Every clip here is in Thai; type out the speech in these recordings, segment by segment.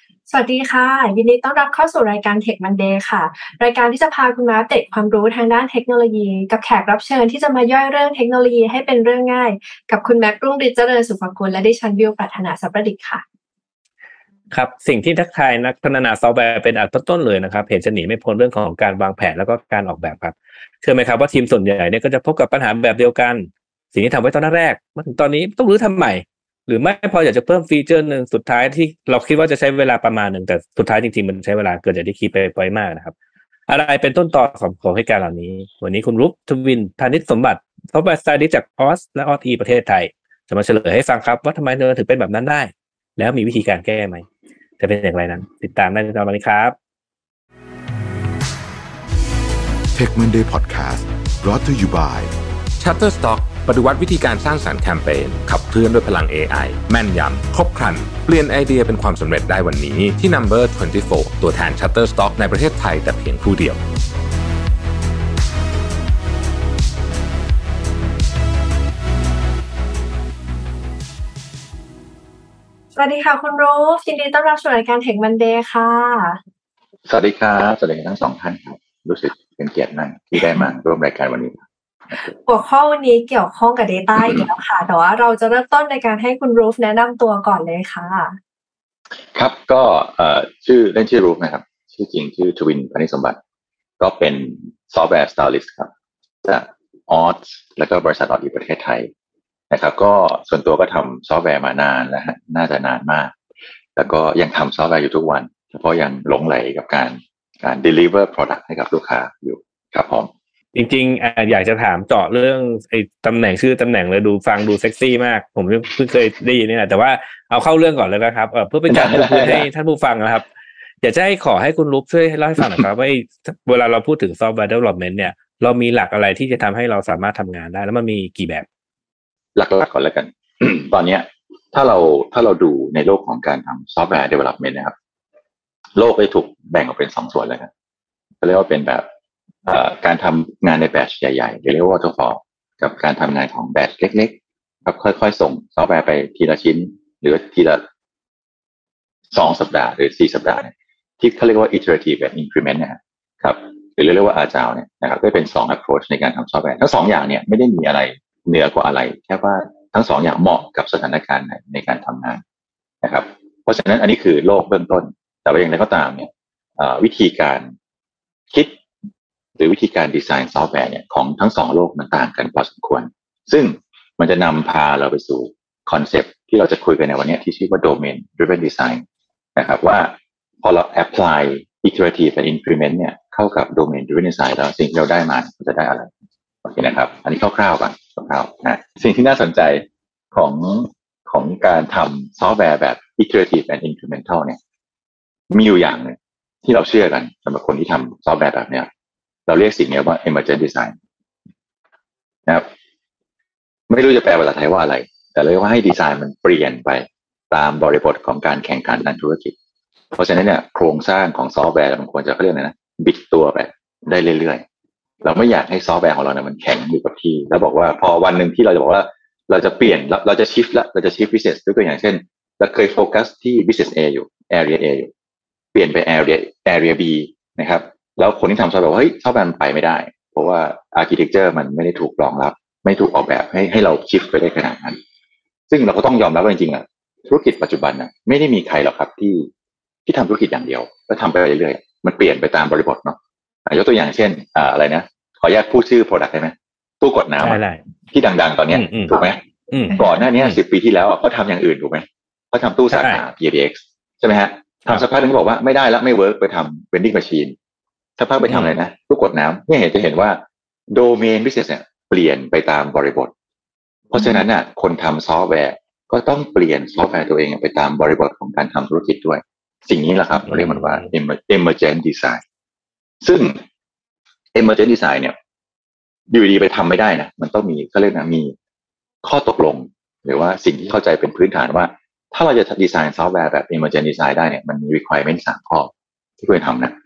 สวัสดีค่ะยินดีต้อนรับเข้าสู่รายการ Tech Monday ค่ะรายการที่จะพาคุณมาอัปเดตความรู้ทางด้านเทคโนโลยีกับแขกรับเชิญที่จะมาย่อยเรื่องเทคโนโลยีให้เป็นเรื่องง่ายกับคุณแม็กรุ่งฤทธิ์เจริญสุภกุลและดิฉันวิวปรารถนาสัพประดิษฐ์ค่ะครับสิ่งที่ทักทายนักพัฒนาซอฟต์แวร์เป็นอันต้นๆเลยนะครับเห็นจะหนีไม่พ้นเรื่องของการวางแผนแล้วก็การออกแบบครับเชื่อไหมครับว่าทีมส่วนใหญ่เนี่ยก็จะพบกับปัญหาแบบเดียวกันสิ่งที่ทำไว้ตอนแรกมาถึงตอนนี้ต้องรื้อทำใหม่หรือไม่พออยากจะเพิ่มฟีเจอร์หนึ่งสุดท้ายที่เราคิดว่าจะใช้เวลาประมาณหนึ่งแต่สุดท้ายจริงๆมันใช้เวลาเกินจากที่คิดไปมากนะครับอะไรเป็นต้นตอของเหตุการณ์เหล่านี้วันนี้คุณรุปทวินพานิชสมบัติซอฟต์แวร์สไตลิสต์จากออสและออสอีประเทศไทยจะมาเฉลยให้ฟังครับว่าทำไมเธอถึงเป็นแบบนั้นได้แล้วมีวิธีการแก้ไหมจะเป็นอย่างไรนั้นติดตามได้ในตอนนี้ครับ Tech Monday Podcast brought to you by Shutterstock ปฏิวัติวิธีการสร้างสรรค์แคมเปญขับเคลื่อนด้วยพลัง AI แม่นยำครบครันเปลี่ยนไอเดียเป็นความสำเร็จได้วันนี้ที่ Number 24 ตัวแทน Shutterstock ในประเทศไทยแต่เพียงผู้เดียวสวัสดีค่ะคุณรูฟยินดีต้อนรับสู่รายการ Tech Monday ค่ะสวัสดีครับสวัสดีทั้งสองท่านครับรู้สึกเป็นเกียรติมากที่ได้มาร่วมรายการวันนี้หัวข้อวันนี้เกี่ยวข้องกับ Data อีกแล้วค่ะแต่ว่าเราจะเริ่มต้นในการให้คุณรูฟแนะนำตัวก่อนเลยค่ะครับก็ชื่อเล่นชื่อรูฟนะครับชื่อจริงชื่อทวินพานิชสมบัติก็เป็นซอฟต์แวร์สไตลิสต์ครับจากออสแล้วก็บริษัทออสอีประเทศไทยนะครับก็ส่วนตัวก็ทำซอฟต์แวร์มานานแล้วน่าจะนานมากแล้วก็ยังทำซอฟต์แวร์อยู่ทุกวันเพราะยังหลงไหลกับการ deliver product ให้กับลูกค้าอยู่ครับผมจริงๆอยากจะถามเจาะเรื่องไอ้ตำแหน่งชื่อตำแหน่งเลยดูฟังดูเซ็กซี่มากผมเพิ่งเคยได้ยินนี่แหละแต่ว่าเอาเข้าเรื่องก่อนเลยนะครับเพื่อเป็นการพูดให้ท่านผู้ฟังนะครับอยากจะขอให้คุณลุกช่วยเล่าให้ฟังหน่อยครับว่าเวลาเราพูดถึง software development เนี่ยเรามีหลักอะไรที่จะทำให้เราสามารถทำงานได้แล้วมันมีกี่แบบหลักๆก่อนแล้วกัน ตอนนี้ถ้าเราดูในโลกของการทำ software development นะครับโลกได้ถูกแบ่งออกเป็น2ส่วนแล้วครับเขาเรียกว่าเป็นแบบการทำงานในแบทช์ใหญ่ๆเรียกว่า waterfall กับการทำงานของแบทช์เล็กๆครับค่อยๆส่งซอฟต์แวร์ไปทีละชิ้นหรือทีละ2 สัปดาห์หรือ4 สัปดาห์เนี่ยที่เขาเรียกว่า iterative and increment นะครับหรือเรียกว่า agile เนี่ยนะครับก็เป็น2 approach ในการทำซอฟต์แวร์ทั้ง2อย่างเนี่ยไม่ได้มีอะไรเหนือกว่าอะไรแค่ว่าทั้ง2อย่างเหมาะกับสถานการณ์ในการทำงานนะครับเพราะฉะนั้นอันนี้คือโลกเบื้องต้นแต่ว่าอย่างไรก็ตามเนี่ยวิธีการคิดหรือวิธีการดีไซน์ซอฟต์แวร์เนี่ยของทั้ง2โลกมันต่างกันพอสมควรซึ่งมันจะนำพาเราไปสู่คอนเซปต์ที่เราจะคุยกันในวันนี้ที่ชื่อว่า Domain Driven Design นะครับว่าพอเรา apply iterative and increment เนี่ยเข้ากับ Domain Driven Design แล้วสิ่งที่เราได้มาจะได้อะไรโอเคนะครับอันนี้คร่าวๆก่อนคร่าวๆนะสิ่งที่น่าสนใจของการทำซอฟต์แวร์แบบ iterative and incremental เนี่ยมีอยู่อย่างนึงที่เราเชื่อกันสำหรับคนที่ทำซอฟต์แวร์แบบเนี้ยเราเรียกสิ่งนี้ว่า emergent design นะครับไม่รู้จะแปลภาษาไทยว่าอะไรแต่เรียกว่าให้ดีไซน์มันเปลี่ยนไปตามบริบทของการแข่งขันทางธุรกิจเพราะฉะนั้นเนี่ยโครงสร้างของซอฟต์แวร์มันควรจะเขาเรียกอะไรนะบิดตัวไปได้เรื่อยๆเราไม่อยากให้ซอฟต์แวร์ของเราเนี่ยมันแข็งอยู่กับที่แล้วบอกว่าพอวันหนึ่งที่เราจะบอกว่าเราจะเปลี่ยนเราจะ shift ละเราจะ shift business ยกตัวอย่างเช่นเราเคยโฟกัสที่ business A อยู่ area A อยู่เปลี่ยนไป area B นะครับแล้วคนที่ทำซอฟต์แวร์เฮ้ยซอฟต์แวร์มันไปไม่ได้เพราะว่า architecture มันไม่ได้ถูกรองรับไม่ถูกออกแบบให้เรา shift ไปได้ขนาดนั้นซึ่งเราก็ต้องยอมรับว่าจริงๆอ่ะธุรกิจปัจจุบันน่ะไม่ได้มีใครหรอกครับที่ทำธุรกิจอย่างเดียวแล้วทำไปเรื่อยๆมันเปลี่ยนไปตามบริบทเนาะยกตัวอย่างเช่นอะไรนะขออนุญาตพูดชื่อ product ได้ไหมตู้กดน้ำที่ดังๆตอนนี้ถูกไหมก่อนหน้านี้10 ปีที่แล้วเขาทำอย่างอื่นถูกไหมเขาทำตู้สาขา PDX ใช่ไหมฮะทำสักพักนึงบอกว่าไม่ได้แล้วไม่เวิร์กไปทำ vending machine สักพักไปทำอะไรนะตู้กดน้ำเนี่ยจะเห็นว่าโดเมน business เนี่ยเปลี่ยนไปตามบริบทเพราะฉะนั้นน่ะคนทำซอฟต์แวร์ก็ต้องเปลี่ยนซอฟต์แวร์ตัวเองไปตามบริบทของการทำธุรกิจด้วยสิ่งนี้แหละครับเราเรียกมันว่า emergent design ซึ่ง emergent design เนี่ยอยู่ดีไปทำไม่ได้นะมันต้องมีเขาเรียกนะมีข้อตกลงหรือว่าสิ่งที่เข้าใจเป็นพื้นฐานว่าถ้าเราจะดีไซน์ซอฟต์แวร์แบบ emergent design ได้เนี่ยมันมี requirement 3 ข้อที่ควรทำนะ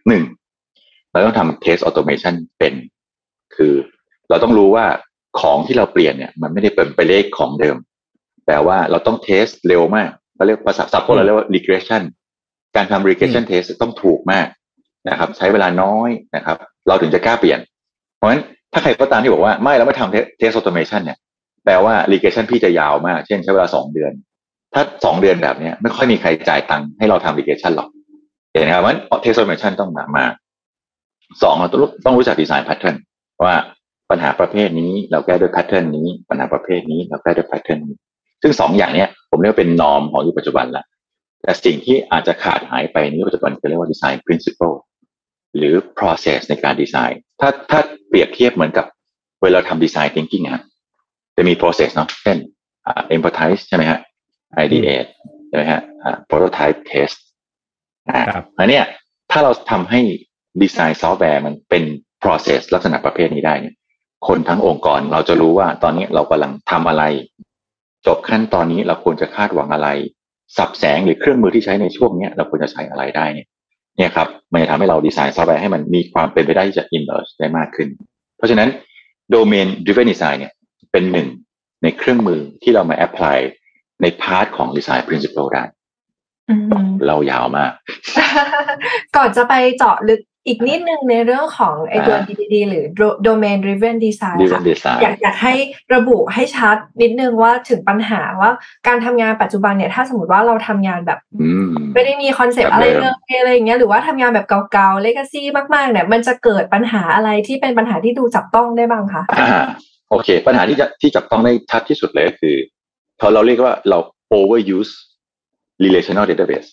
1เราต้องทำ test automation เป็นคือเราต้องรู้ว่าของที่เราเปลี่ยนเนี่ยมันไม่ได้เป็นไปเลขของเดิมแต่ว่าเราต้องเทสเร็วมากเราเรียกภาษาศัพท์พวกเราเรียกว่า regression การทำ regression test ต้องถูกมากนะครับใช้เวลาน้อยนะครับเราถึงจะกล้าเปลี่ยนเพราะฉะนั้นถ้าใครก็ตามที่บอกว่าไม่เราไม่ทำ test automation เนี่ยแปลว่า regression พี่จะยาวมากเช่นใช้เวลา2 เดือนถ้า2 เดือนแบบนี้ไม่ค่อยมีใครจ่ายตังค์ให้เราทำ regression หรอกเห็นไหมครับเพราะฉะนั้น test automation ต้องมา2เราต้องรู้จัก design pattern ว่าปัญหาประเภทนี้เราแก้ด้วย pattern นี้ปัญหาประเภทนี้เราแก้ด้วย pattern นี้ซึ่ง2 อย่างเนี้ยผมเรียกว่าเป็น norm ของยุคปัจจุบันละแต่สิ่งที่อาจจะขาดหายไปในยุคปัจจุบันคือเรียกว่า design principle หรือ process ในการดีไซน์ถ้าเปรียบเทียบเหมือนกับเวลาทำ design thinking นะจะมี process เนาะเช่นempathize ใช่ไหมฮะ ideate ใช่ไหมฮะprototype test อันเนี้ยถ้าเราทำให้ design software มันเป็น process ลักษณะประเภทนี้ได้เนี่ยคนทั้งองค์กรเราจะรู้ว่าตอนนี้เรากำลังทำอะไรจบขั้นตอนนี้เราควรจะคาดหวังอะไรสับแสงหรือเครื่องมือที่ใช้ในช่วงนี้เราควรจะใช้อะไรได้เนี่ยครับมันจะทำให้เราดีไซน์ซอฟต์แวร์ให้มันมีความเป็นไปได้ที่จะ emerge ได้มากขึ้นเพราะฉะนั้น domain driven design เนี่ยเป็นหนึ่งในเครื่องมือที่เรามา apply ในพาร์ทของ design principle ได้เรายาวมากก่อนจะไปเจาะลึกอีกนิดนึงในเรื่องของไอตัว DDD หรือ Domain Driven Design ค่ะอยากให้ระบุให้ชัดนิดนึงว่าถึงปัญหาว่าการทำงานปัจจุบันเนี่ยถ้าสมมติว่าเราทำงานแบบไม่ได้มีคอนเซ็ปต์อะไรเลยอะไรอย่างเงี้ยหรือว่าทำงานแบบเก่าๆ Legacy มากๆเนี่ยมันจะเกิดปัญหาอะไรที่เป็นปัญหาที่ดูจับต้องได้บ้างคะโอเคปัญหาที่จับต้องได้ชัดที่สุดเลยก็คือเราเรียกว่าเรา overuse relational database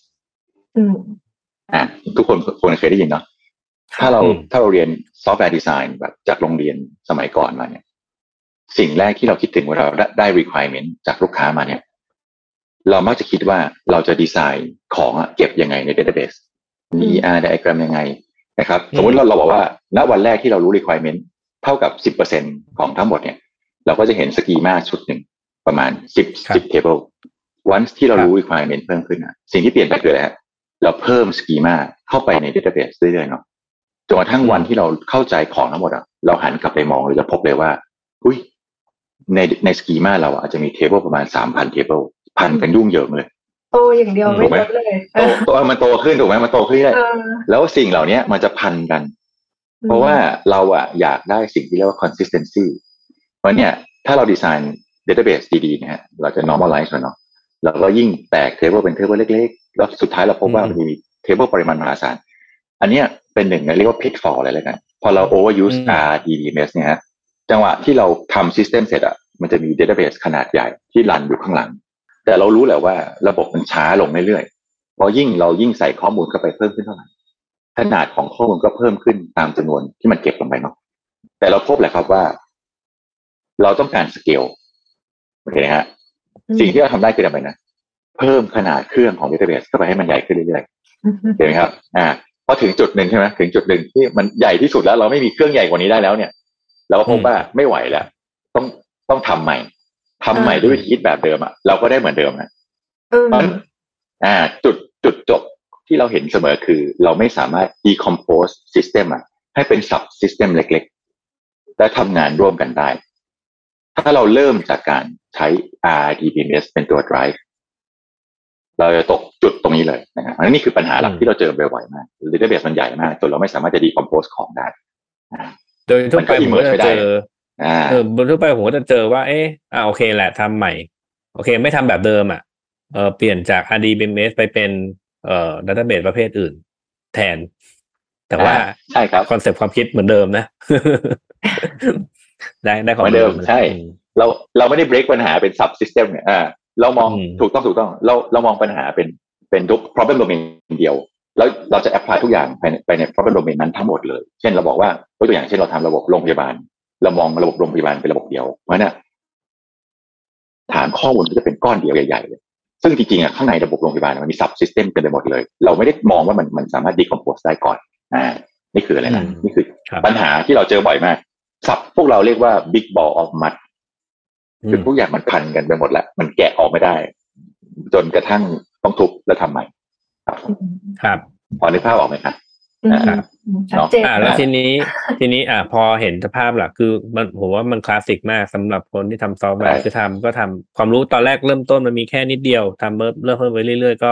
ทุกคนเคยได้ยินเนาะถ้าเราเรียนซอฟต์แวร์ดีไซน์แบบจากโรงเรียนสมัยก่อนมาเนี่ยสิ่งแรกที่เราคิดถึงเวลาเราได้ requirement จากลูกค้ามาเนี่ยเรามักจะคิดว่าเราจะดีไซน์ของเก็บยังไงใน database มี ER diagram ยังไงนะครับสมมติเราบอกว่าณวันแรกที่เรารู้ requirement เท่ากับ 10% ของทั้งหมดเนี่ยเราก็จะเห็นสกีมาชุดหนึ่งประมาณ10 table once ที่เรารู้ requirement เพิ่มขึ้นสิ่งที่เปลี่ยนไปคืออะไรฮะเราเพิ่มสกีมาเข้าไปใน database เรื่อยๆเนาะจนกระทั่งวันที่เราเข้าใจของทั้งหมดเราหันกลับไปมองเราจะพบเลยว่าอุ้ยในสกีมาเราอาจจะมีเทเบิลประมาณ 3,000 เทเบิลพันกันยุ่งเหยิงเลยโตอย่างเดียวไม่ลดเลยมันโตขึ้นถูกไหมมันโตขึ้นได้แล้วสิ่งเหล่านี้มันจะพันกันเพราะว่าเราอยากได้สิ่งที่เรียกว่า consistency เพราะเนี่ยถ้าเราดีไซน์ database ดีๆเนี่ยเราจะ normalize มันเนาะเราก็ยิ่งแตกเทเบิลเป็นเทเบิลเล็กๆแล้วสุดท้ายเราพบว่ามันมีเทเบิลปริมาณมหาศาลอันเนี้ยเป็นหนึ่งเรียกว่า pitfall อะไรเลยกันพอเรา overuse RDBMS เนี่ยฮะจังหวะที่เราทำ system เสร็จมันจะมี database ขนาดใหญ่ที่รันอยู่ข้างหลังแต่เรารู้แหละว่าระบบมันช้าลงเรื่อยๆพอเรายิ่งใส่ข้อมูลเข้าไปเพิ่มขึ้นเท่าไหร่ขนาดของข้อมูลก็เพิ่มขึ้นตามจำนวนที่มันเก็บลงไปเนาะแต่เราพบแหละครับว่าเราต้องการ scale โอเคฮะสิ่งที่เราทำได้คืออะไรนะเพิ่มขนาดเครื่องของ database เข้าไปให้มันใหญ่ขึ้นเรื่อยๆเห็นไหมครับพอถึงจุดหนึ่งใช่ไหมถึงจุดหนึ่งที่มันใหญ่ที่สุดแล้วเราไม่มีเครื่องใหญ่กว่านี้ได้แล้วเนี่ยเราก็พบว่าไม่ไหวแล้วต้องทำใหม่ด้วยวิธีคิดแบบเดิมเราก็ได้เหมือนเดิมนะจุดจบที่เราเห็นเสมอคือเราไม่สามารถ decompose system ให้เป็น sub system เล็กๆและทำงานร่วมกันได้ถ้าเราเริ่มจากการใช้ RDBMS เป็นตัว drive เราจะตกจุดตรงนี้เลยนะครับอันนี้คือปัญหาหลักที่เราเจอบ่อยๆมาก database มันใหญ่มากจนเราไม่สามารถจะ decompose ของได้โดยทั่วไปผมก็จะเจอโดยทั่วไปผมก็จะเจอว่าโอเคแหละทำใหม่โอเคไม่ทำแบบเดิมเปลี่ยนจาก RDBMS ไปเป็นdatabase ประเภทอื่นแทนแต่ว่าใช่ครับคอนเซ็ปต์ความคิดเหมือนเดิมนะได้ของเดิมใช่เราไม่ได้ break ปัญหาเป็น sub system เนี่ยเรามองถูกต้องเรามองปัญหาเป็นproblem domain เดียวแล้วเราจะ apply ทุกอย่างไปใน problem domain นั้นทั้งหมดเลยเช่นเราบอกว่าตัวอย่างเช่นเราทำระบบโรงพยาบาลเรามองระบบโรงพยาบาลเป็นระบบเดียวเพราะฉะนั้นฐานข้อมูลก็จะเป็นก้อนเดียวใหญ่ๆเลยซึ่งจริงๆข้างในระบบโรงพยาบาลมันมี sub system กันไปหมดเลยเราไม่ได้มองว่ามันสามารถ decompose ได้ก่อนนี่คืออะไรนะนี่คือปัญหาที่เราเจอบ่อยมากศัพท์พวกเราเรียกว่า big ball of mud คือทุกอย่างมันพันกันไปหมดแล้วมันแกะออกไม่ได้จนกระทั่งต้องทุบแล้วทำใหม่ครับพอนึกภาพออกไหมครับแล้วทีนี้พอเห็นสภาพหลักคือมันผมว่ามันคลาสสิกมากสำหรับคนที่ทำซอฟต์แวร์คือทำความรู้ตอนแรกเริ่มต้นมันมีแค่นิดเดียวทำเริ่มเพิ่มไปเรื่อยๆก็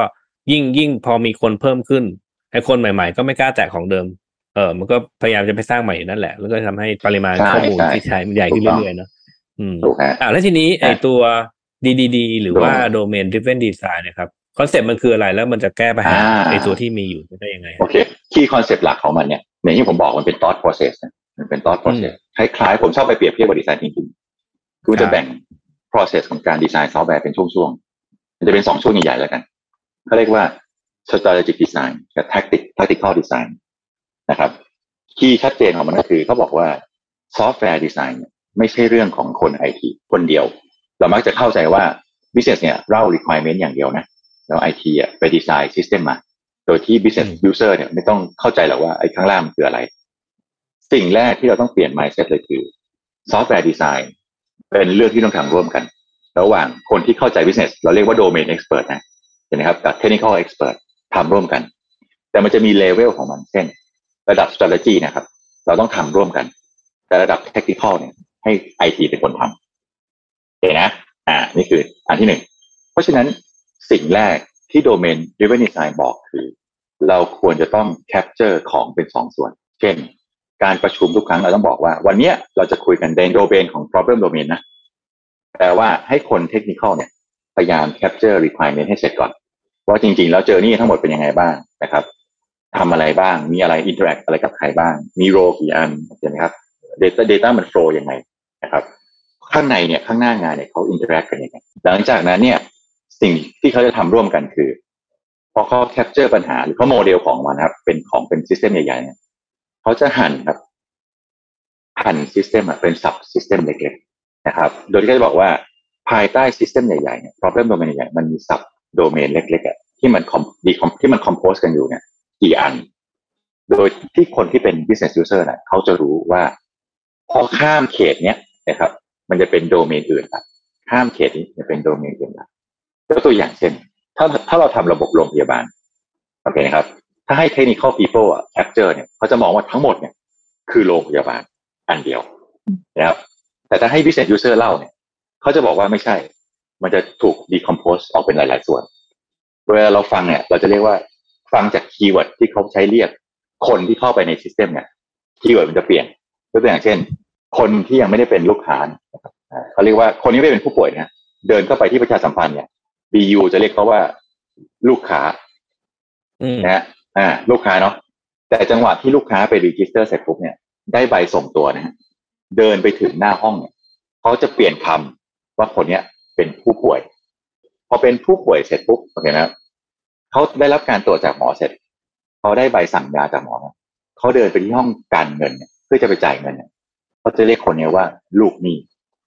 ยิ่งพอมีคนเพิ่มขึ้นไอ้คนใหม่ๆก็ไม่กล้าแตะของเดิมมันก็พยายามจะไปสร้างใหม่นั่นแหละแล้วก็ทำให้ปริมาณข้อมูลที่ใช้มันใหญ่ขึ้นเรื่อยๆเนาะแล้วทีนี้ไอ้ตัว DDD หรือว่า Domain Driven Design นะครับคอนเซ็ปต์มันคืออะไรแล้วมันจะแก้ปัญหาไอ้ตัวที่มีอยู่ได้ยังไงโอเคคีย์คอนเซ็ปต์หลักของมันเนี่ยอย่างที่ผมบอกมันเป็น thought process นะมันเป็น thought process คล้ายๆผมชอบไปเปรียบเทียบกับ design thinking คือมันจะแบ่ง process ของการดีไซน์ซอฟต์แวร์เป็นช่วงๆมันจะเป็น2ช่วงใหญ่ๆแล้วกันเขาเรียกว่า strategic design กับ tactical design นะครับคีย์ชัดเจนของมันก็คือเขาบอกว่าซอฟต์แวร์ดีไซน์ไม่ใช่เรื่องของคน IT คนเดียวเรามักจะเข้าใจว่า business เนี่ยเล่า requirement อย่างเดียวนะแล้ว IT อ่ะไปดีไซน์ system มาโดยที่ business user เนี่ยไม่ต้องเข้าใจหรอกว่าไอ้ข้างล่างมันคืออะไรสิ่งแรกที่เราต้องเปลี่ยน mindset เลยคือ software design เป็นเรื่องที่ต้องทำร่วมกันระหว่างคนที่เข้าใจ business เราเรียกว่า domain expert นะเห็นไหมครับกับ technical expert ทำร่วมกันแต่มันจะมี level ของมันเช่นระดับ strategy นะครับเราต้องทำร่วมกันแต่ระดับ technical เนี่ยให้ IT เป็นคนทำเห็นนะนี่คืออันที่หนึ่งเพราะฉะนั้นสิ่งแรกที่ Domain Driven Design บอกคือเราควรจะต้อง capture ของเป็น2ส่วนเช่นการประชุมทุกครั้งเราต้องบอกว่าวันนี้เราจะคุยกันใน domain ของ problem domain นะแปลว่าให้คน technical เนี่ยพยายาม capture requirement ให้เสร็จก่อนว่าจริงๆแล้วเจอนี่ทั้งหมดเป็นยังไงบ้างนะครับทำอะไรบ้างมีอะไร interact อะไรกับใครบ้างมี role กี่อันเห็นไหมครับ data มัน flow ยังไงนะครับข้างในเนี่ยข้างหน้างานเนี่ยเขา interact กันยังไงหลังจากนั้นเนี่ยสิ่งที่เขาจะทำร่วมกันคือพอเขาแคปเจอร์ปัญหาหรือเขาโมเดลของมันครับเป็นซิสเต็มใหญ่ๆเนี่ยเขาจะหั่นซิสเต็มเป็นซับซิสเต็มเล็กๆนะครับโดยที่เขาจะบอกว่าภายใต้ซิสเต็มใหญ่ๆเนี่ย problem domain ใหญ่ๆมันมีซับโดเมนเล็กๆที่มันคอมโพสกันอยู่เนี่ยกี่อันโดยที่คนที่เป็น business user น่ะเขาจะรู้ว่าพอข้ามเขตเนี้ยนะครับมันจะเป็นโดเมนอื่นละข้ามเขตนี้จะเป็นโดเมนอื่นละยกตัวอย่างเช่นถ้าเราทำระบบโรงพยาบาลโอเคนะครับถ้าให้ technical people capture เนี่ยเขาจะมองว่าทั้งหมดเนี่ยคือโรงพยาบาลอันเดียวนะครับแต่ถ้าให้ business user เล่าเนี่ยเขาจะบอกว่าไม่ใช่มันจะถูก decompose ออกเป็นหลายๆส่วนเวลาเราฟังเนี่ยเราจะเรียกว่าฟังจากคีย์เวิร์ดที่เขาใช้เรียกคนที่เข้าไปใน system เนี่ยคีย์เวิร์ดมันจะเปลี่ยนยกตัวอย่างเช่นคนที่ยังไม่ได้เป็นลูกค้าเขาเรียกว่าคนที่ไม่ได้เป็นผู้ป่วยนะเดินเข้าไปที่ประชาสัมพันธ์เนี่ยBU จะเรียกเขาว่าลูกค้านะฮะลูกค้าเนาะแต่จังหวะที่ลูกค้าไปรีจิสเตอร์เสร็จปุ๊บเนี่ยได้ใบส่งตัวนะฮะเดินไปถึงหน้าห้องเนี่ยเขาจะเปลี่ยนคำว่าคนเนี้ยเป็นผู้ป่วยพอเป็นผู้ป่วยเสร็จปุ๊บโอเคนะเขาได้รับการตรวจจากหมอเสร็จเขาได้ใบสั่งยาจากหมอนะเขาเดินไปที่ห้องการเงินเนี่ยเพื่อจะไปจ่ายเงินเนี่ยเขาจะเรียกคนนี้ว่าลูกหนี้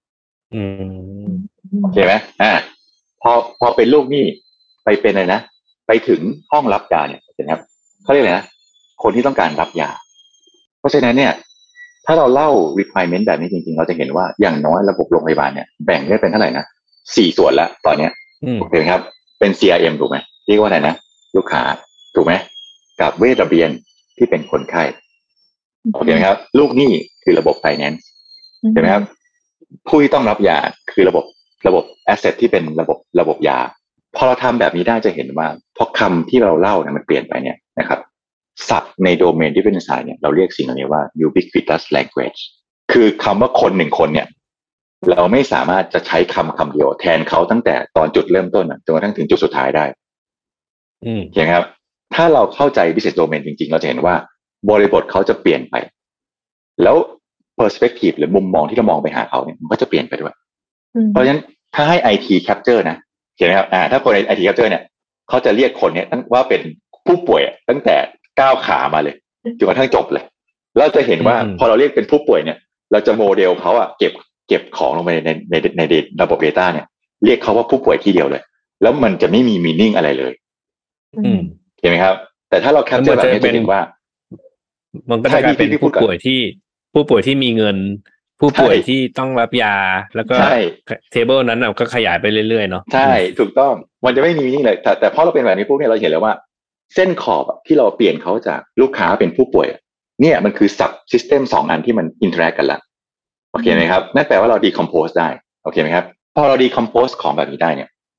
โอเคไหมพอเป็นลูกหนี้ไปเป็นอะไรนะไปถึงห้องรับยาเนี่ยนะครับเขาเรียกอะไรนะคนที่ต้องการรับยาเพราะฉะนั้นเนี่ยถ้าเราเล่า requirement แบบนี้จริงๆเราจะเห็นว่าอย่างน้อยระบบโรงพยาบาลเนี่ยแบ่งได้เป็นเท่าไหร่นะ4ส่วนละตอนเนี้ยโอเคครับเป็น CRM ถูกไหมเรียกว่าอะไรนะลูกค้าถูกไหมกับเวชระเบียนที่เป็นคนไข้โอเคไหมครับลูกหนี้คือระบบ finance เห็นไหมครับผู้ที่ต้องรับยาคือระบบ asset ที่เป็นระบบยาพอเราทำแบบนี้ได้จะเห็นว่าพอคำที่เราเล่าเนี่ยมันเปลี่ยนไปเนี่ยนะครับศัพท์ในโดเมนที่เป็นสายเนี่ยเราเรียกสิ่งเหล่านี้ว่า ubiquitous language คือคำว่าคนหนึ่งคนเนี่ยเราไม่สามารถจะใช้คำเดียวแทนเขาตั้งแต่ตอนจุดเริ่มต้นจนกระทั่งถึงจุดสุดท้ายได้เห็นไหมครับถ้าเราเข้าใจ business domain จริงๆเราจะเห็นว่าบริบทเขาจะเปลี่ยนไปแล้ว perspective หรือมุมมองที่เรามองไปหาเขาเนี่ยมันก็จะเปลี่ยนไปด้วยเพราะฉะนั้นถ้าให้ IT capture นะเห็นไหมครับถ้าคน IT capture เนี่ยเขาจะเรียกคนเนี่ยว่าเป็นผู้ป่วยตั้งแต่ก้าวขามาเลยจนกระทั่งจบเลยเราจะเห็นว่าพอเราเรียกเป็นผู้ป่วยเนี่ยเราจะโมเดลเขาเก็บของลงไปในระบบ data เนี่ยเรียกเขาว่าผู้ป่วยที่เดียวเลยแล้วมันจะไม่มี meaning อะไรเลยเห็นไหมครับแต่ถ้าเราแคปเจอร์แบบนี้จะเห็นว่ามันก็จะกลายเป็นผู้ป่วยที่มีเงินผู้ป่วยที่ต้องรับยาแล้วก็เทเบิลนั้นก็ขยายไปเรื่อยๆเนาะใช่ถูกต้องมันจะไม่มีนี่เลยแต่พอเราเป็นแบบนี้พวกนี้เราเห็นแล้วว่าเส้นขอบที่เราเปลี่ยนเขาจากลูกค้าเป็นผู้ป่วยเนี่ยมันคือซับซิสเต็ม2อันที่มันอินเทอร์แอคกันละโอเคไหมครับนั่นแปลว่าเราดีคอมโพสได้โอเคไหมครับพอเราดีคอมโพสของแบบนี้ได้เนี่ย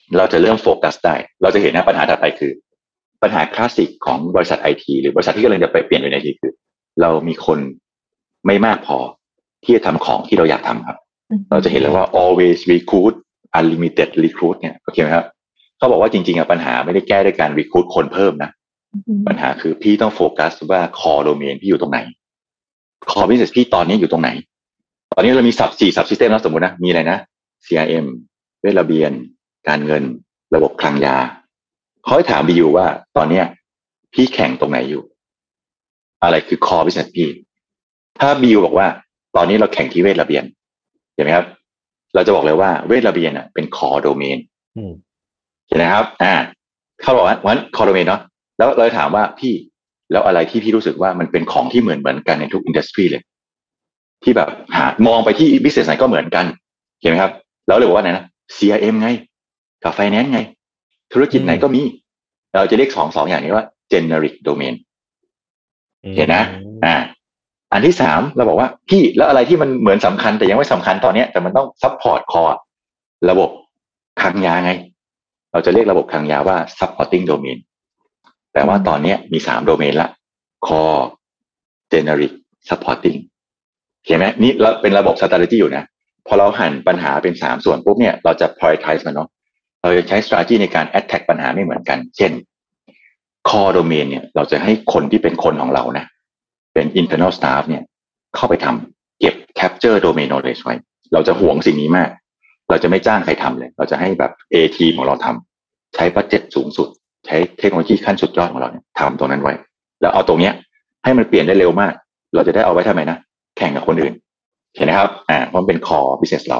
เราจะเริ่มโฟกัสได้เราจะเห็นนะปัญหาถัดไปคือปัญหาคลาสสิกของบริษัท IT หรือบริษัทที่กำลังจะไปเปลี่ยนเป็น IT คือเรามีคนไม่มากพอที่จะทำของที่เราอยากทำครับเราจะเห็นเลยว่า always recruit unlimited recruit เนี่ยโอเคไหมครับเขาบอกว่าจริงๆปัญหาไม่ได้แก้ด้วยการ recruit คนเพิ่มนะปัญหาคือพี่ต้องโฟกัสว่า core domain พี่อยู่ตรงไหน core business พี่ตอนนี้อยู่ตรงไหนตอนนี้เรามี4 sub system แล้วสมมุตินะมีอะไรนะ CRM เวชระเบียนการเงินระบบคลังยาเขาให้ถามบิวว่าตอนเนี้ยพี่แข่งตรงไหนอยู่อะไรคือ core business พี่ถ้าบิวบอกว่าตอนนี้เราแข่งที่เวชระเบียนเห็นไหมครับเราจะบอกเลยว่าเวชระเบียนเป็น core domain เห็นไหมครับเขาบอกว่าวัน core domain เนาะแล้วเราถามว่าพี่แล้วอะไรที่พี่รู้สึกว่ามันเป็นของที่เหมือนกันในทุกอินดัสทรีเลยที่แบบมองไปที่ business ไหนก็เหมือนกันเห็นไหมครับแล้วเลยบอกว่าไหนนะ CRM ไงกับ finance ไงธุรกิจไหนก็มีเราจะเรียก2อย่างนี้ว่า generic domain เห็นนะอันที่3เราบอกว่าพี่แล้วอะไรที่มันเหมือนสำคัญแต่ยังไม่สำคัญตอนนี้แต่มันต้อง support core ระบบคลังยาไงเราจะเรียกระบบคลังยาว่า supporting domain แต่ว่าตอนนี้มี3 domain ละ core generic supporting เห็นไหมนี่เราเป็นระบบ strategy อยู่นะพอเราหั่นปัญหาเป็น3ส่วนปุ๊บเนี่ยเราจะ prioritize มันเนาะเราจะใช้ strategy ในการ attack ปัญหาไม่เหมือนกันเช่น core domain เนี่ยเราจะให้คนที่เป็นคนของเรานะเป็น internal staff เนี่ยเข้าไปทำเก็บ capture domain knowledge ไว้เราจะหวงสิ่งนี้มากเราจะไม่จ้างใครทำเลยเราจะให้แบบ A team ของเราทำใช้บัดเจ็ตสูงสุดใช้เทคโนโลยีขั้นสุดยอดของเราเนี่ยทำตรงนั้นไว้แล้วเอาตรงเนี้ยให้มันเปลี่ยนได้เร็วมากเราจะได้เอาไว้ทำไมนะแข่งกับคนอื่นเห็นไหมครับเพราะมันเป็น core business เรา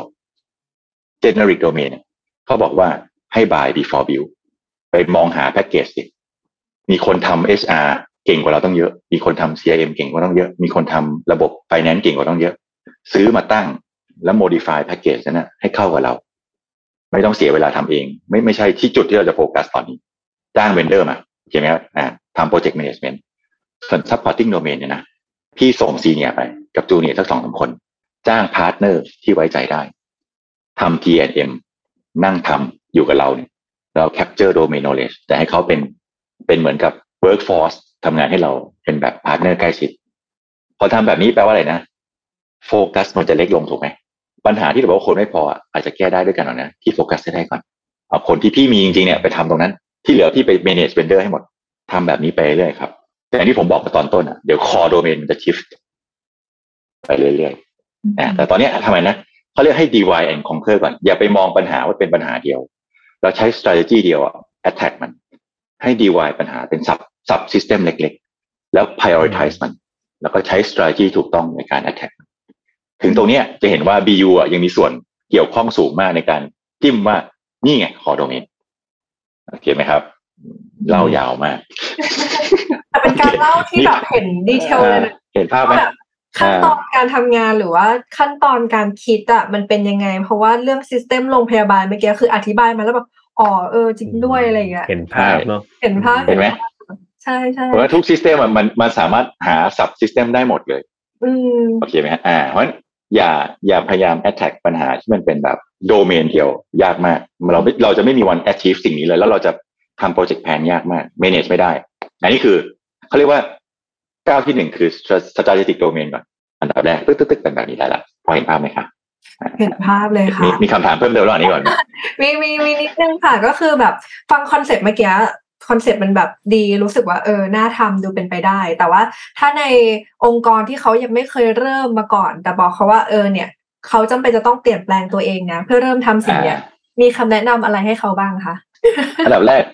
generic domain เขาบอกว่าให้ buy before build ไปมองหาแพ็กเกจสิมีคนทำ HR เก่งกว่าเราต้องเยอะมีคนทำ CRM เก่งกว่าต้องเยอะมีคนทำระบบ finance เก่งกว่าต้องเยอะซื้อมาตั้งแล้ว modify แพ็กเกจนั้นนะให้เข้ากับเราไม่ต้องเสียเวลาทำเองไม่ใช่ที่จุดที่เราจะโฟกัสตอนนี้จ้างเวนเดอร์มาใช่ไหมครับทำ project management ส่วน supporting domain เนี่ยนะพี่ส่งซีเนียร์ไปกับจูเนียร์สัก 2-3 คนจ้างพาร์ทเนอร์ที่ไว้ใจได้ทำ T&M นั่งทำอยู่กับเราเนี่ยเรา capture domain knowledge แต่ให้เขาเป็นเหมือนกับ workforce ทำงานให้เราเป็นแบบพาร์ทเนอร์ใกล้ชิดพอทำแบบนี้แปลว่าอะไรนะโฟกัสมันจะเล็กลงถูกไหมปัญหาที่เราบอกว่าคนไม่พออาจจะแก้ได้ด้วยกันนะที่โฟกัสได้ก่อนเอาคนที่พี่มีจริงๆเนี่ยไปทำตรงนั้นที่เหลือพี่ไป manage vendor ให้หมดทำแบบนี้ไปเรื่อยๆครับแต่ที่ผมบอกไปตอนต้นเดี๋ยว core domain มันจะ shift ไปเรื่อยๆแต่ตอนนี้ทำไมนะเขาเรียกให้ divide and conquer ก่อนอย่าไปมองปัญหาว่าเป็นปัญหาเดียวเราใช้ strategy เดียวattack มันให้ divide ปัญหาเป็น sub system เล็กๆแล้ว prioritize มันแล้วก็ใช้ strategy ถูกต้องในการ attack ถึงตรงนี้จะเห็นว่า BU ยังมีส่วนเกี่ยวข้องสูงมากในการจิ้มว่านี่ไง core domain โอเคไหมครับเล่ายาวมากแต่เป็นการเล่าที่แบบเห็นดีเทลเลยนะเห็นภาพไหมขั้นตอนการทำงานหรือว่าขั้นตอนการคิดมันเป็นยังไงเพราะว่าเรื่อง system โรงพยาบาลเมื่อกี้คืออธิบายมาแล้วแบบจริงด้วยอะไรอย่างเงี้ยเห็นภาพเนาะเห็นภาพเห็นไหมใช่ๆเพราะว่าทุก system มันสามารถหา sub system ได้หมดเลยโอเคไหมเพราะฉะนั้นอย่าพยายาม attack ปัญหาที่มันเป็นแบบโดเมนเดียวยากมากเราจะไม่มีวัน achieve สิ่งนี้เลยแล้วเราจะทำ project plan ยากมาก manage ไม่ได้อันนี้คือเขาเรียกว่าก้าวที่1คือ strategic domain ก่อนอันดับแรกตึ๊กๆแบบนี้ได้ละพอเห็นภาพไหมครับเห็นภาพเลยค่ะมีคำถามเพิ่มเติมระหว่างนี้ก่อนมีนิดนึงค่ะก็คือแบบฟังคอนเซ็ปต์เมื่อกี้คอนเซ็ปต์มันแบบดีรู้สึกว่าน่าทำดูเป็นไปได้แต่ว่าถ้าในองค์กรที่เขายังไม่เคยเริ่มมาก่อนแต่บอกเขาว่าเนี่ยเขาจำเป็นจะต้องเปลี่ยนแปลงตัวเองนะเพื่อเริ่มทำสิ่งเนี้ยมีคำแนะนำอะไรให้เขาบ้างคะอันดับแรก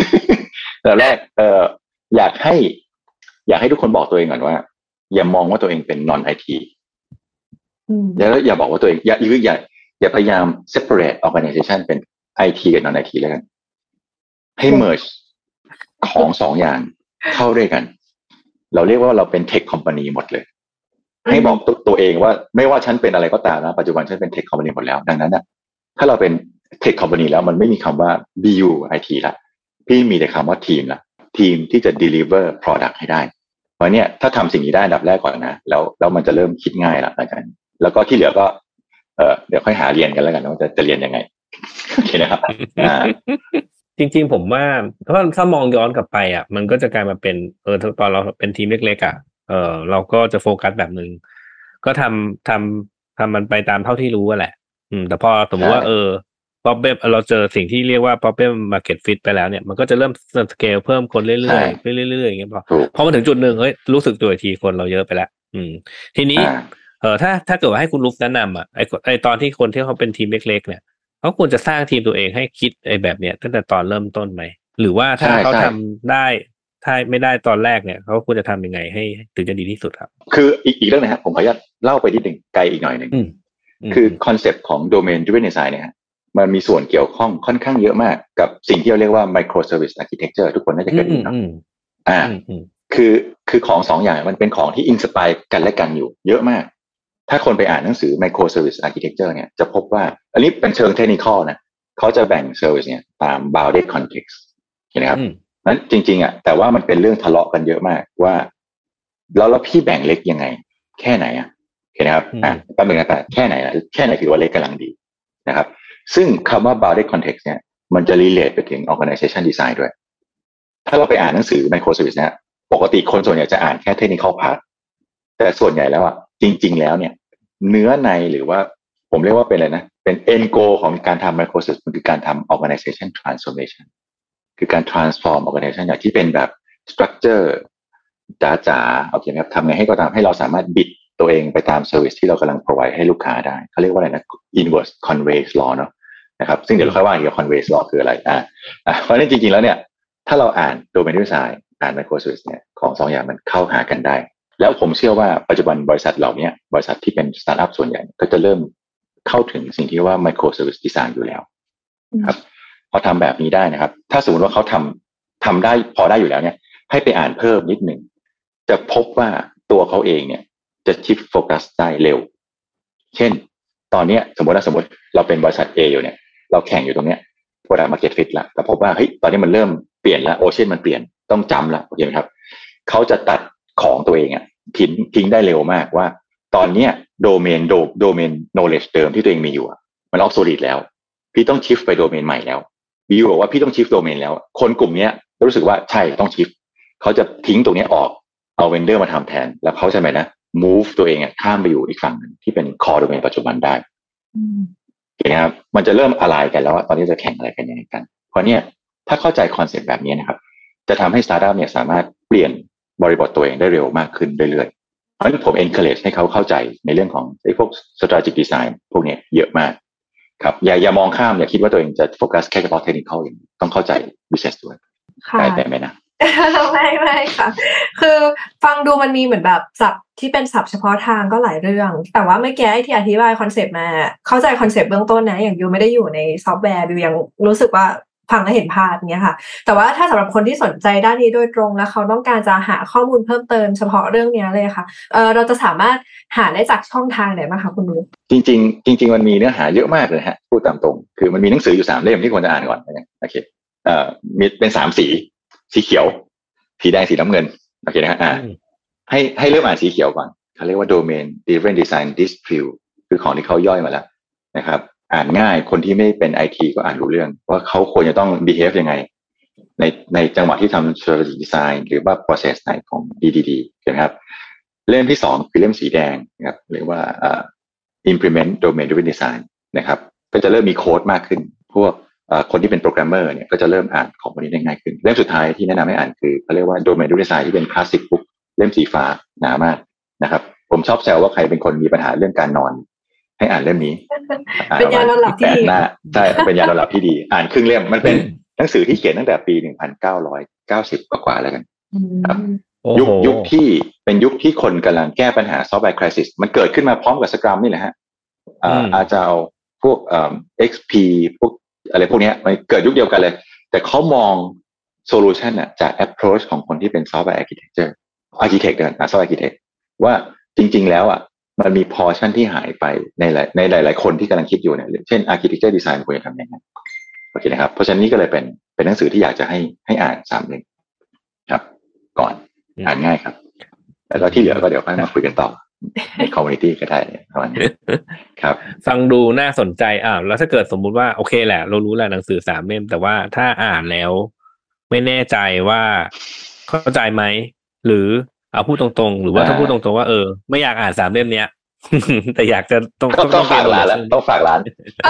อยากให้ทุกคนบอกตัวเองก่อนว่าอย่ามองว่าตัวเองเป็น non IT แล้วอย่าบอกว่าตัวเองอย่าพยายาม separate organization เป็น IT กับ non IT แล้วกันให้ merge ของ2อย่างเข้าด้วยกันเราเรียกว่าเราเป็น tech company หมดเลยให้บอกตัวเองว่าไม่ว่าฉันเป็นอะไรก็ตามนะปัจจุบันฉันเป็น tech company หมดแล้วดังนั้นถ้าเราเป็น tech company แล้วมันไม่มีคำว่า BU IT ละพี่มีแต่คำว่าทีมละทีมที่จะ deliver product ให้ได้เพราะเนี่ยถ้าทำสิ่งนี้ได้อันดับแรกก่อนนะแล้วมันจะเริ่มคิดง่ายละแล้วก็ที่เหลือก็เดี๋ยวค่อยหาเรียนกันแล้วกันว่าจะเรียนยังไงโอเคนะครับจริงๆผมว่าถ้ามองย้อนกลับไปมันก็จะกลายมาเป็นตอนเราเป็นทีมเล็กๆเราก็จะโฟกัสแบบนึงก็ทำมันไปตามเท่าที่รู้แหละแต่พอสมมติว่าproblem เราเจอสิ่งที่เรียกว่า problem market fit ไปแล้วเนี่ยมันก็จะเริ่มสเกลเพิ่มคนเรื่อยๆเรื่อยๆอย่างเงี้ยพอมาถึงจุดนึงเฮ้ยรู้สึกตัวทีคนเราเยอะไปแล้วทีนี้ถ้าเกิดว่าให้คุณลุฟแนะนำไอ้ตอนที่คนที่เขาเป็นทีมเล็กๆเนี่ยเขาควรจะสร้างทีมตัวเองให้คิดไอ้แบบเนี้ยตั้งแต่ตอนเริ่มต้นไหมหรือว่าถ้าเขาทำได้ถ้าไม่ได้ตอนแรกเนี่ยเขาควรจะทำยังไงให้ถึงจะดีที่สุดครับคืออีกเรื่องนะครับผมขออนุญาตเล่าไปนิดหนึ่งไกลอีกหน่อยหนึ่งคือคอนเซปต์ของ Domain Driven Design เนี่ยมันมีส่วนเกี่ยวข้องค่อนข้างเยอะมากกับสิ่งที่เราเรียกว่า Microservice Architecture ทุกคนน่าจะเคยได้ยินเนาะคือของสองอย่างมันเป็นของที่อินสไปร์กันและกันอยู่เยอะมากถ้าคนไปอ่านหนังสือ Microservice Architecture เนี่ยจะพบว่าอันนี้เป็นเชิงเทคนิคนะเขาจะแบ่ง Service เนี่ยตาม bounded context เห็นไหมครับนั้นจริงๆแต่ว่ามันเป็นเรื่องทะเลาะกันเยอะมากว่าแล้วพี่แบ่งเล็กยังไงแค่ไหนเห็นไหมครับแป๊บนึงนะแต่แค่ไหนถือว่าเล็กกำลังดีนะครับซึ่งคำว่า bounded context เนี่ยมันจะ relate ไปถึง organization design ด้วยถ้าเราไปอ่านหนังสือ Microservice เนี่ยปกติคนส่วนใหญ่จะอ่านแค่ technical part แต่ส่วนใหญ่แล้วจริงๆแล้วเนี่ยเนื้อในหรือว่าผมเรียกว่าเป็นอะไรนะเป็น end goal ของการทำ Microservice มันคือการทำ organization transformation คือการ transform organization อย่างที่เป็นแบบ structure จ๋าๆโอเคครับทำไงให้ก็ตามให้เราสามารถบิดตัวเองไปตาม service ที่เรากำลัง provide ให้ลูกค้าได้เขาเรียกว่าอะไรนะ inverse conveys law เนาะนะครับซึ่งเดี๋ยวเราค่อยว่าเกี่ยวกับ conveys law คืออะไรเพราะฉะนั้นจริงๆแล้วเนี่ยถ้าเราอ่าน domain design อ่าน Microservice เนี่ยของสองอย่างมันเข้าหากันได้แล้วผมเชื่อว่าปัจจุบันบริษัทเหล่านี้บริษัทที่เป็นสตาร์ทอัพส่วนใหญ่ก็จะเริ่มเข้าถึงสิ่งที่ว่า Microservice Design อยู่แล้วครับพอทำแบบนี้ได้นะครับถ้าสมมติว่าเขาทำได้พอได้อยู่แล้วเนี่ยให้ไปอ่านเพิ่มนิดหนึ่งจะพบว่าตัวเขาเองเนี่ยจะชิฟโฟกัสได้เร็วเช่นตอนนี้สมมติเราเป็นบริษัท A อยู่เนี่ยเราแข่งอยู่ตรงเนี้ย Product Market Fit ละแต่พบว่าเฮ้ยตอนนี้มันเริ่มเปลี่ยนละโอเชียนมันเปลี่ยนต้องจำละโอเคไหมครับเขาจะตัดของตัวเองทิ้งได้เร็วมากว่าตอนเนี้ยโดเมนknowledge เดิมที่ตัวเองมีอยู่มันออฟโซลิดแล้วพี่ต้องชิฟไปโดเมนใหม่แล้วบิวบอกว่าพี่ต้องชิฟโดเมนแล้วคนกลุ่มนี้รู้สึกว่าใช่ต้องชิฟเขาจะทิ้งตรงนี้ออกเอาเวนเดอร์มาทำแทนแล้วเขาจะไหมนะ move ตัวเองข้ามไปอยู่อีกฝั่งนึงที่เป็น core domain ปัจจุบันได้เห็นไหมครับมันจะเริ่มอะไรกันแล้วว่าตอนนี้จะแข่งอะไรกันยังไงกันเพราะเนี่ยถ้าเข้าใจคอนเซ็ปต์แบบนี้นะครับจะทำให้สตาร์ทอัพเนี่ยสามารถเปลี่ยนบริบทตัวเองได้เร็วมากขึ้นเรื่อยๆเพราะฉะนั้นผม encourage ให้เขาเข้าใจในเรื่องของไอ้พวก strategic design พวกนี้เยอะมากครับอย่ามองข้ามอย่าคิดว่าตัวเองจะโฟกัสแค่เฉพาะ technical อย่างต้องเข้าใจ business ด้วยได้ไหมนะไม่ค่ะคือฟังดูมันมีเหมือนแบบศัพท์ที่เป็นศัพท์เฉพาะทางก็หลายเรื่องแต่ว่าเมื่อกี้ที่อธิบายคอนเซปต์มาเข้าใจคอนเซปต์เบื้องต้นนะอย่างยูไม่ได้อยู่ในซอฟต์แวร์ยูยังรู้สึกว่าฟังแล้วเห็นภาพเงี้ยค่ะแต่ว่าถ้าสำหรับคนที่สนใจด้านนี้โดยตรงแล้วเขาต้องการจะหาข้อมูลเพิ่มเติมเฉพาะเรื่องนี้เลยค่ะเราจะสามารถหาได้จากช่องทางไหนบ้างคะคุณรู้จริงมันมีเนื้อหาเยอะมากเลยฮะพูดตามตรงคือมันมีหนังสืออยู่3เล่มที่ควรจะอ่านก่อนโอเคมีเป็น3สีเขียวสีแดงสีน้ำเงินโอเคนะฮะให้เริ่มอ่านสีเขียวก่อนเขาเรียกว่า Domain Driven Design Dispute คือของที่เขาย่อยมาแล้วนะครับอ่านง่ายคนที่ไม่เป็น IT ก็อ่านรู้เรื่องว่าเขาควรจะต้อง behave ยังไงในจังหวะที่ทำ strategic design หรือว่า process ไหนของ DDD ใช่ไหมครับเล่มที่2คือเล่มสีแดงนะครับเรียกว่าimplement domain driven design นะครับก็จะเริ่มมีโค้ดมากขึ้นพวกคนที่เป็นโปรแกรมเมอร์เนี่ยก็จะเริ่มอ่านของพวกนี้ได้ง่ายขึ้นเล่มสุดท้ายที่แนะนำให้อ่านคือเขาเรียกว่า domain driven design ที่เป็นคลาสสิกบุ๊กเล่มสีฟ้าหนามากนะครับผมชอบแซวว่าใครเป็นคนมีปัญหาเรื่องการนอนให้อ่านเล่มนี้เป็นยานอนหลับที่ดีใช่เป็นยานอนหลับที่ดีอ่านครึ่งเล่มมันเป็นหนังสือที่เขียนตั้งแต่ปี1990กว่าแล้วกันครับยุคที่เป็นยุคที่คนกำลังแก้ปัญหา software crisis มันเกิดขึ้นมาพร้อมกับ Scrum นี่แหละฮะอาจจะเอาพวกXP พวกอะไรพวกนี้มันเกิดยุคเดียวกันเลยแต่เขามอง solution จาก approach ของคนที่เป็น software architect เดินsoftware architect ว่าจริงๆแล้วมันมี portion ที่หายไปในหลายๆคนที่กำลังคิดอยู่เนี่ยเช่น architecture design ควรจะทำยังไงโอเคนะครับเพราะฉะนั้นนี่ก็เลยเป็นหนังสือที่อยากจะให้อ่าน3เล่มครับก่อนอ่านง่ายครับแล้วก็ที่เหลือก็เดี๋ยวค่อยมาคุยกันต่อในคอมมูนิตี้ก็ได้ประมาณนี้ครับฟังดูน่าสนใจแล้วถ้าเกิดสมมุติว่าโอเคแหละเรารู้แหละหนังสือ3 เล่มแต่ว่าถ้าอ่านแล้วไม่แน่ใจว่าเข้าใจไหมหรือเอาพูดตรงๆหรือว่าถ้าพูดตรงๆว่าไม่อยากอ่าน3 เล่มเนี้ย แต่อยากจะต้องฝากร้านแล้วต้องฝากร้าน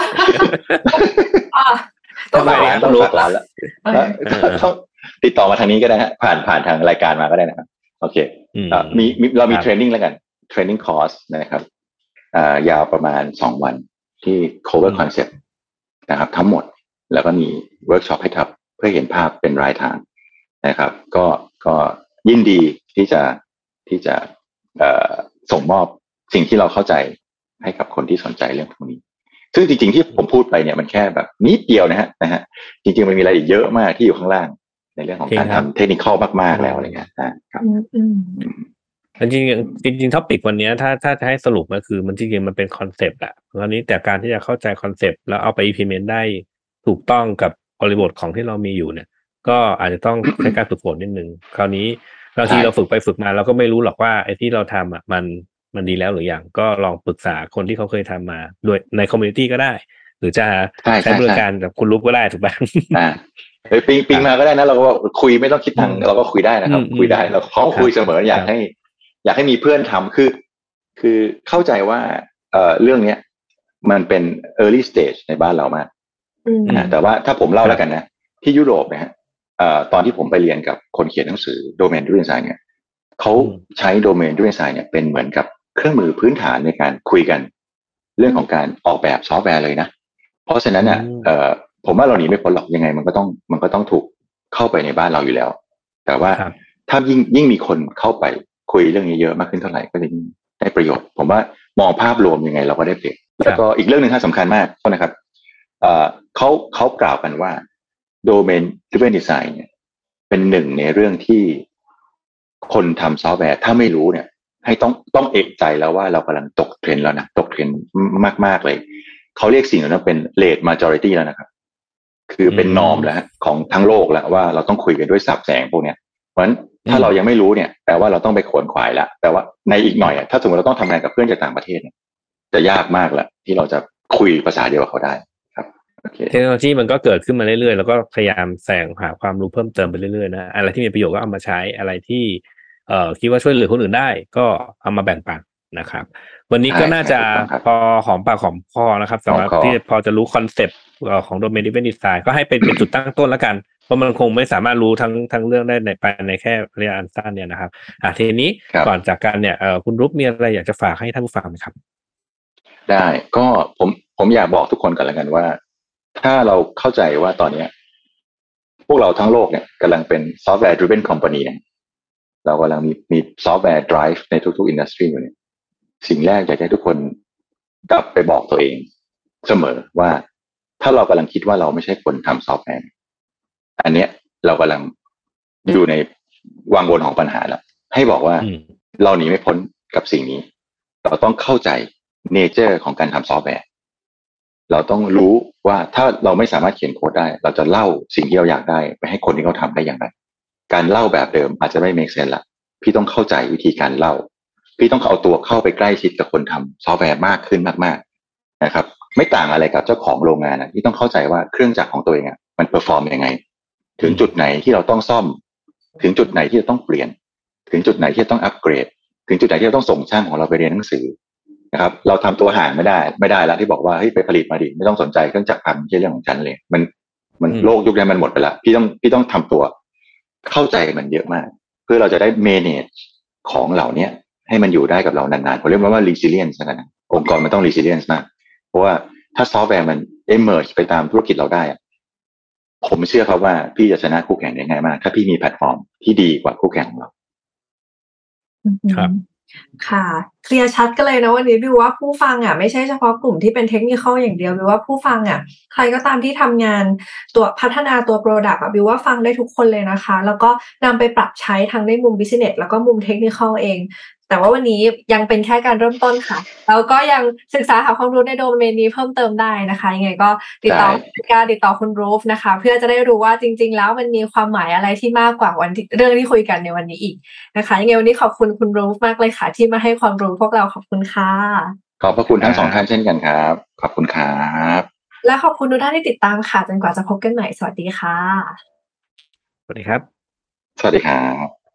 ต้องฝากร้านแล้วต้องติดต่อมาทางนี้ก็ได้ฮะผ่านทางรายการมาก็ได้นะครับโอเคมีเรามีเทรนนิ่งแล้วกันเทรนนิ่งคอร์สนะครับยาวประมาณ2 วันที่ cover concept นะครับทั้งหมดแล้วก็มีเวิร์กช็อปให้ทำเพื่อเห็นภาพเป็นรายทางนะครับก็ยินดีที่จะส่งมอบสิ่งที่เราเข้าใจให้กับคนที่สนใจเรื่องพวกนี้ซึ่งจริงๆที่ผมพูดไปเนี่ยมันแค่แบบนิดเดียวนะฮะจริงๆมันมีอะไรอีกเยอะมากที่อยู่ข้างล่างในเรื่องของการทำเทคนิคมากๆแล้วอะไรเงี้ยครับจริงท็อปิกวันนี้ถ้าจะให้สรุปก็คือมันจริงๆมันเป็นคอนเซปต์แหละคราวนี้แต่การที่จะเข้าใจคอนเซปต์แล้วเอาไป implement ได้ถูกต้องกับบริบทของที่เรามีอยู่เนี่ยก็อาจจะต้องใช้การฝึกฝนนิดนึงคราวนี้บางทีเราฝึกไปฝึกมาเราก็ไม่รู้หรอกว่าไอ้ที่เราทำมันดีแล้วหรือยังก็ลองปรึกษาคนที่เขาเคยทำมาโดยในคอมมูนิตี้ก็ได้หรือจะใช้บริการกับคุณลุกก็ได้ถูกไหมปิงมาก็ได้นะเราก็คุยไม่ต้องคิดตังค์เราก็คุยได้นะครับคุยได้เราพร้อมคุยเสมออยากให้มีเพื่อนทำคือเข้าใจว่าเรื่องนี้มันเป็น early stage ในบ้านเรามากแต่ว่าถ้าผมเล่าแล้วกันนะที่ยุโรปนะฮะตอนที่ผมไปเรียนกับคนเขียนหนังสือ Domain Driven Design เนี่ยเขาใช้ Domain Driven Design เนี่ยเป็นเหมือนกับเครื่องมือพื้นฐานในการคุยกันเรื่องของการออกแบบซอฟต์แวร์เลยนะเพราะฉะนั้นเนี่ยผมว่าเราหนีไม่พ้นหรอกยังไงมันก็ต้องถูกเข้าไปในบ้านเราอยู่แล้วแต่ว่าถ้ายิ่งมีคนเข้าไปคุยเรื่องนี้เยอะมากขึ้นเท่าไหร่ก็จะยิ่งได้ประโยชน์ผมว่ามองภาพรวมยังไงเราก็ได้เปรียบแล้วก็อีกเรื่องนึงที่สำคัญมากนะครับเขากล่าวกันว่า Domain Driven Design เนี่ยเป็นหนึ่งในเรื่องที่คนทำซอฟต์แวร์ถ้าไม่รู้เนี่ยให้ต้องเอกใจแล้วว่าเรากำลังตกเทรนด์แล้วนะตกเทรนด์มากๆเลยเขาเรียกสิ่งนั้นเป็น late majority แล้วนะครับคือเป็นนอร์มแล้วของทั้งโลกแล้วว่าเราต้องคุยกันด้วยศัพท์แสงพวกเนี้ยเพราะฉะนั้นถ้าเรายังไม่รู้เนี่ยแปลว่าเราต้องไปขวนขวายแล้วแต่ว่าในอีกหน่อยถ้าสมมติเราต้องทำงานกับเพื่อนจากต่างประเทศเนี่ยจะยากมากแล้วที่เราจะคุยภาษาเดียวกับเขาได้ครับเทคโนโลยีมันก็เกิดขึ้นมาเรื่อยๆแล้วก็พยายามแสวงหาความรู้เพิ่มเติมไปเรื่อยๆนะอะไรที่มีประโยชน์ก็เอามาใช้อะไรที่คิดว่าช่วยเหลือคนอื่นได้ก็เอามาแบ่งปันนะครับวันนี้ก็น่าจะพอหอมปากหอมคอนะครับสำหรับที่พอจะรู้คอนเซ็ปต์ของ Domain Driven Design ก็ให้เป็นจุดตั้งต้นแล้วกันเพราะมันคงไม่สามารถรู้ทั้งเรื่องได้ในแค่ระยะอันสั้นเนี่ยนะครับทีนี้ก่อนจากกันเนี่ยคุณรุปมีอะไรอยากจะฝากให้ท่านผู้ฟังไหมครับได้ก็ผมอยากบอกทุกคนกันแล้วกันว่าถ้าเราเข้าใจว่าตอนนี้พวกเราทั้งโลกเนี่ยกำลังเป็น Software Driven Company เรากำลังมี Software Drive ในทุกๆ Industry อยู่เนี่ยสิ่งแรกอยากให้ทุกคนกลับไปบอกตัวเองเสมอว่าถ้าเรากำลังคิดว่าเราไม่ใช่คนทำซอฟต์แวร์อันเนี้ยเรากำลังอยู่ในวังวนของปัญหาแล้วให้บอกว่าเราหนีไม่พ้นกับสิ่งนี้เราต้องเข้าใจเนเจอร์ของการทำซอฟต์แวร์เราต้องรู้ว่าถ้าเราไม่สามารถเขียนโค้ดได้เราจะเล่าสิ่งที่เราอยากได้ไปให้คนที่เขาทำได้อย่างไรการเล่าแบบเดิมอาจจะไม่ make sense ละพี่ต้องเข้าใจวิธีการเล่าพี่ต้องเอาตัวเข้าไปใกล้ชิดกับคนทำซอฟต์แวร์มากขึ้นมากๆนะครับไม่ต่างอะไรกับเจ้าของโรงงานที่ต้องเข้าใจว่าเครื่องจักรของตัวเองมันเปอร์ฟอร์มยังไงถึงจุดไหนที่เราต้องซ่อมถึงจุดไหนที่เราต้องเปลี่ยนถึงจุดไหนที่เราต้องอัปเกรดถึงจุดไหนที่เราต้องส่งช่างของเราไปเรียนหนังสือนะครับเราทำตัวห่างไม่ได้แล้วที่บอกว่าเฮ้ยไปผลิตมาดิไม่ต้องสนใจเครื่องจักรพังไม่ใช่เรื่องของฉันเลยมันโลกยุคนี้มันหมดไปละพี่ต้องทำตัวเข้าใจมันเยอะมากเพื่อเราจะได้ manage ของเหล่านี้ให้มันอยู่ได้กับเรานานๆผมเรียกว่า resilience นะองค์กรมันต้อง resilience มากเพราะว่าถ้าซอฟต์แวร์มัน emerge ไปตามธุรกิจเราได้ผมเชื่อครับว่าพี่จะชนะคู่แข่งได้ง่ายมากถ้าพี่มีแพลตฟอร์มที่ดีกว่าคู่แข่งของเราครับค่ะเคลียร์ชัดกันเลยนะวันนี้บิวว่าผู้ฟังไม่ใช่เฉพาะกลุ่มที่เป็นเทคนิคอย่างเดียวบิวว่าผู้ฟังใครก็ตามที่ทำงานตัวพัฒนาตัว product บิวว่าฟังได้ทุกคนเลยนะคะแล้วก็นำไปปรับใช้ทั้งในมุม business แล้วก็มุมเทคนิคเองแต่ว่าวันนี้ยังเป็นแค่การเริ่มต้นค่ะแล้วก็ยังศึกษาหาความรู้ในโดเมนนี้เพิ่มเติมได้นะคะยังไงก็ติดต่อคุณรูฟนะคะเพื่อจะได้รู้ว่าจริงๆแล้วมันมีความหมายอะไรที่มากกว่าเรื่องที่คุยกันในวันนี้อีกนะคะยังไงวันนี้ขอบคุณคุณรูฟมากเลยค่ะที่มาให้ความรู้พวกเราขอบคุณค่ะขอบพระคุณทั้งสองท่านเช่นกันครับขอบคุณครับและขอบคุณทุกท่านที่ติดตามค่ะจนกว่าจะพบกันใหม่สวัสดีค่ะสวัสดีครับสวัสดีครับ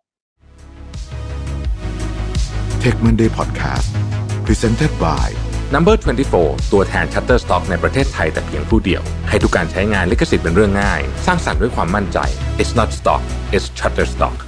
Tech Monday Podcast Presented by Number 24 ตัวแทน Shutterstock ในประเทศไทยแต่เพียงผู้เดียวให้ทุกการใช้งานลิขสิทธิ์เป็นเรื่องง่ายสร้างสรรค์ด้วยความมั่นใจ It's not stock, it's Shutterstock